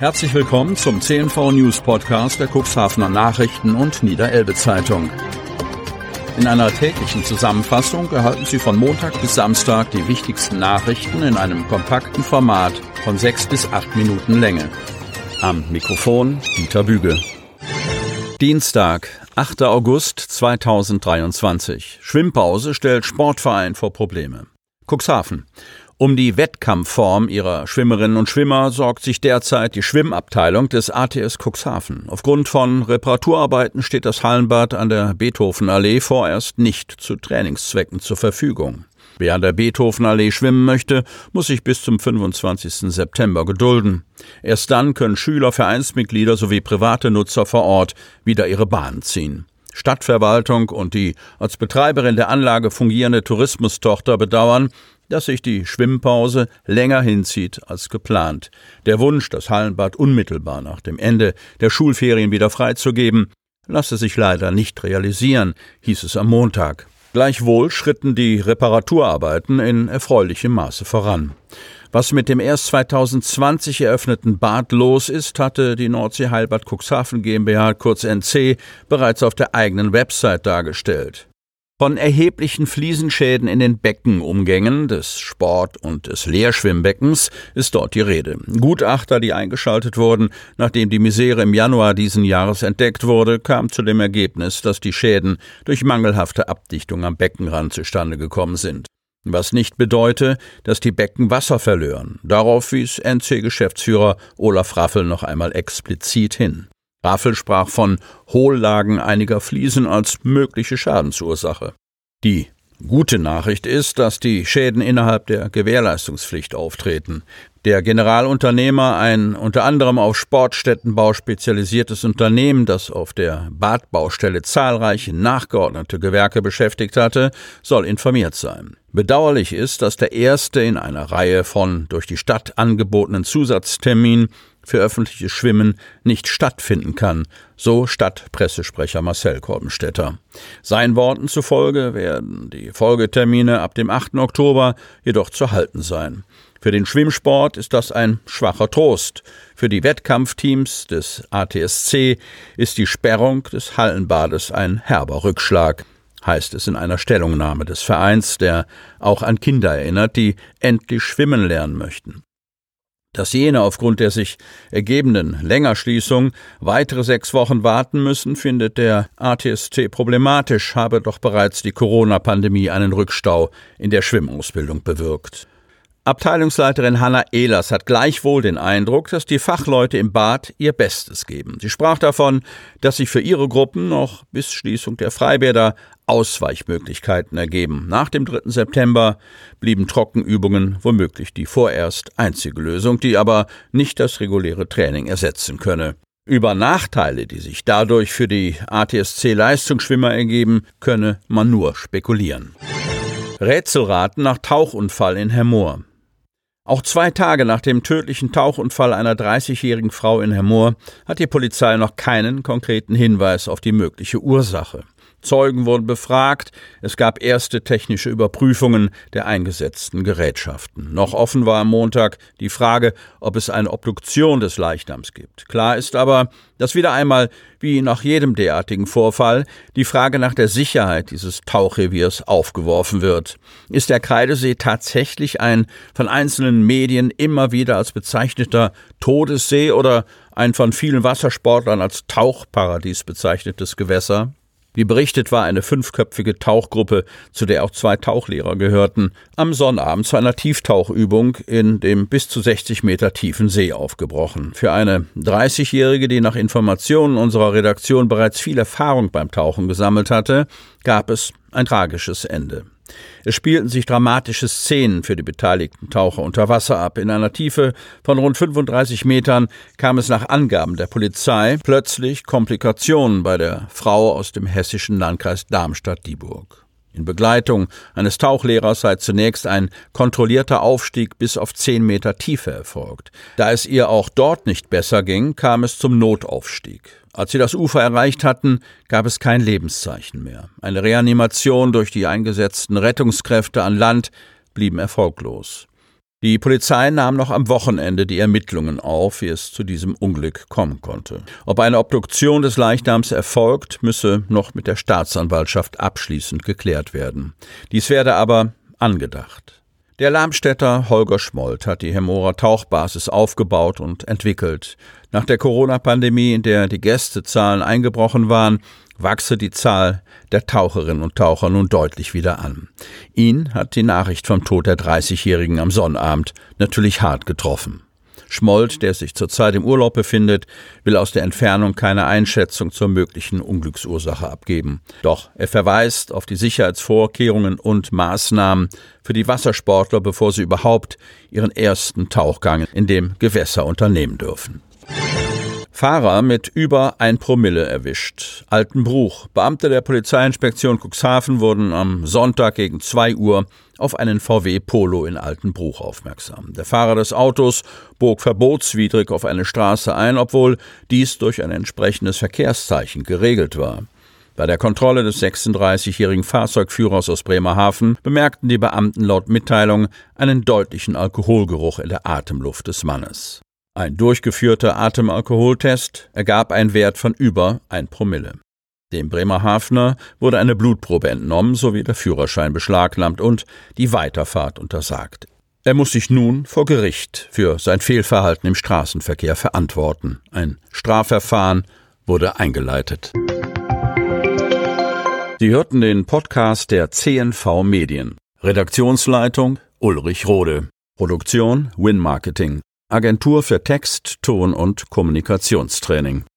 Herzlich willkommen zum CNV News Podcast der Cuxhavener Nachrichten und Niederelbe Zeitung. In einer täglichen Zusammenfassung erhalten Sie von Montag bis Samstag die wichtigsten Nachrichten in einem kompakten Format von 6 bis 8 Minuten Länge. Am Mikrofon Dieter Büge. Dienstag, 8. August 2023. Schwimmpause stellt Sportverein vor Probleme. Cuxhaven. Um die Wettkampfform ihrer Schwimmerinnen und Schwimmer sorgt sich derzeit die Schwimmabteilung des ATS Cuxhaven. Aufgrund von Reparaturarbeiten steht das Hallenbad an der Beethovenallee vorerst nicht zu Trainingszwecken zur Verfügung. Wer an der Beethovenallee schwimmen möchte, muss sich bis zum 25. September gedulden. Erst dann können Schüler, Vereinsmitglieder sowie private Nutzer vor Ort wieder ihre Bahnen ziehen. Stadtverwaltung und die als Betreiberin der Anlage fungierende Tourismustochter bedauern, dass sich die Schwimmpause länger hinzieht als geplant. Der Wunsch, das Hallenbad unmittelbar nach dem Ende der Schulferien wieder freizugeben, lasse sich leider nicht realisieren, hieß es am Montag. Gleichwohl schritten die Reparaturarbeiten in erfreulichem Maße voran. Was mit dem erst 2020 eröffneten Bad los ist, hatte die Nordsee Heilbad Cuxhaven GmbH, kurz NC, bereits auf der eigenen Website dargestellt. Von erheblichen Fliesenschäden in den Beckenumgängen des Sport- und des Leerschwimmbeckens ist dort die Rede. Gutachter, die eingeschaltet wurden, nachdem die Misere im Januar diesen Jahres entdeckt wurde, kamen zu dem Ergebnis, dass die Schäden durch mangelhafte Abdichtung am Beckenrand zustande gekommen sind. Was nicht bedeute, dass die Becken Wasser verlören. Darauf wies NC-Geschäftsführer Olaf Raffel noch einmal explizit hin. Raffel sprach von Hohllagen einiger Fliesen als mögliche Schadensursache. Die gute Nachricht ist, dass die Schäden innerhalb der Gewährleistungspflicht auftreten. Der Generalunternehmer, ein unter anderem auf Sportstättenbau spezialisiertes Unternehmen, das auf der Badbaustelle zahlreiche nachgeordnete Gewerke beschäftigt hatte, soll informiert sein. Bedauerlich ist, dass der erste in einer Reihe von durch die Stadt angebotenen Zusatzterminen für öffentliches Schwimmen nicht stattfinden kann, so Stadtpressesprecher Marcel Korbenstädter. Seinen Worten zufolge werden die Folgetermine ab dem 8. Oktober jedoch zu halten sein. Für den Schwimmsport ist das ein schwacher Trost. Für die Wettkampfteams des ATSC ist die Sperrung des Hallenbades ein herber Rückschlag, heißt es in einer Stellungnahme des Vereins, der auch an Kinder erinnert, die endlich schwimmen lernen möchten. Dass jene aufgrund der sich ergebenden Längerschließung weitere 6 Wochen warten müssen, findet der ATSC problematisch, habe doch bereits die Corona-Pandemie einen Rückstau in der Schwimmausbildung bewirkt. Abteilungsleiterin Hanna Ehlers hat gleichwohl den Eindruck, dass die Fachleute im Bad ihr Bestes geben. Sie sprach davon, dass sich für ihre Gruppen noch bis Schließung der Freibäder Ausweichmöglichkeiten ergeben. Nach dem 3. September blieben Trockenübungen womöglich die vorerst einzige Lösung, die aber nicht das reguläre Training ersetzen könne. Über Nachteile, die sich dadurch für die ATSC-Leistungsschwimmer ergeben, könne man nur spekulieren. Rätselraten nach Tauchunfall in Hermoor. Auch 2 Tage nach dem tödlichen Tauchunfall einer 30-jährigen Frau in Hermoor hat die Polizei noch keinen konkreten Hinweis auf die mögliche Ursache. Zeugen wurden befragt, es gab erste technische Überprüfungen der eingesetzten Gerätschaften. Noch offen war am Montag die Frage, ob es eine Obduktion des Leichnams gibt. Klar ist aber, dass wieder einmal, wie nach jedem derartigen Vorfall, die Frage nach der Sicherheit dieses Tauchreviers aufgeworfen wird. Ist der Kreidesee tatsächlich ein von einzelnen Medien immer wieder als bezeichneter Todessee oder ein von vielen Wassersportlern als Tauchparadies bezeichnetes Gewässer? Wie berichtet, war eine 5-köpfige Tauchgruppe, zu der auch 2 Tauchlehrer gehörten, am Sonnabend zu einer Tieftauchübung in dem bis zu 60 Meter tiefen See aufgebrochen. Für eine 30-Jährige, die nach Informationen unserer Redaktion bereits viel Erfahrung beim Tauchen gesammelt hatte, gab es ein tragisches Ende. Es spielten sich dramatische Szenen für die beteiligten Taucher unter Wasser ab. In einer Tiefe von rund 35 Metern kam es nach Angaben der Polizei plötzlich Komplikationen bei der Frau aus dem hessischen Landkreis Darmstadt-Dieburg. In Begleitung eines Tauchlehrers sei zunächst ein kontrollierter Aufstieg bis auf 10 Meter Tiefe erfolgt. Da es ihr auch dort nicht besser ging, kam es zum Notaufstieg. Als sie das Ufer erreicht hatten, gab es kein Lebenszeichen mehr. Eine Reanimation durch die eingesetzten Rettungskräfte an Land blieben erfolglos. Die Polizei nahm noch am Wochenende die Ermittlungen auf, wie es zu diesem Unglück kommen konnte. Ob eine Obduktion des Leichnams erfolgt, müsse noch mit der Staatsanwaltschaft abschließend geklärt werden. Dies werde aber angedacht. Der Lamstädter Holger Schmold hat die Hemmorer Tauchbasis aufgebaut und entwickelt. Nach der Corona-Pandemie, in der die Gästezahlen eingebrochen waren, wachse die Zahl der Taucherinnen und Taucher nun deutlich wieder an. Ihn hat die Nachricht vom Tod der 30-Jährigen am Sonnabend natürlich hart getroffen. Schmold, der sich zurzeit im Urlaub befindet, will aus der Entfernung keine Einschätzung zur möglichen Unglücksursache abgeben. Doch er verweist auf die Sicherheitsvorkehrungen und Maßnahmen für die Wassersportler, bevor sie überhaupt ihren ersten Tauchgang in dem Gewässer unternehmen dürfen. Fahrer mit über 1 Promille erwischt. Altenbruch. Beamte der Polizeiinspektion Cuxhaven wurden am Sonntag gegen 2 Uhr auf einen VW Polo in Altenbruch aufmerksam. Der Fahrer des Autos bog verbotswidrig auf eine Straße ein, obwohl dies durch ein entsprechendes Verkehrszeichen geregelt war. Bei der Kontrolle des 36-jährigen Fahrzeugführers aus Bremerhaven bemerkten die Beamten laut Mitteilung einen deutlichen Alkoholgeruch in der Atemluft des Mannes. Ein durchgeführter Atemalkoholtest ergab einen Wert von über 1 Promille. Dem Bremerhavener wurde eine Blutprobe entnommen sowie der Führerschein beschlagnahmt und die Weiterfahrt untersagt. Er muss sich nun vor Gericht für sein Fehlverhalten im Straßenverkehr verantworten. Ein Strafverfahren wurde eingeleitet. Sie hörten den Podcast der CNV Medien. Redaktionsleitung Ulrich Rode. Produktion Win Marketing. Agentur für Text, Ton und Kommunikationstraining.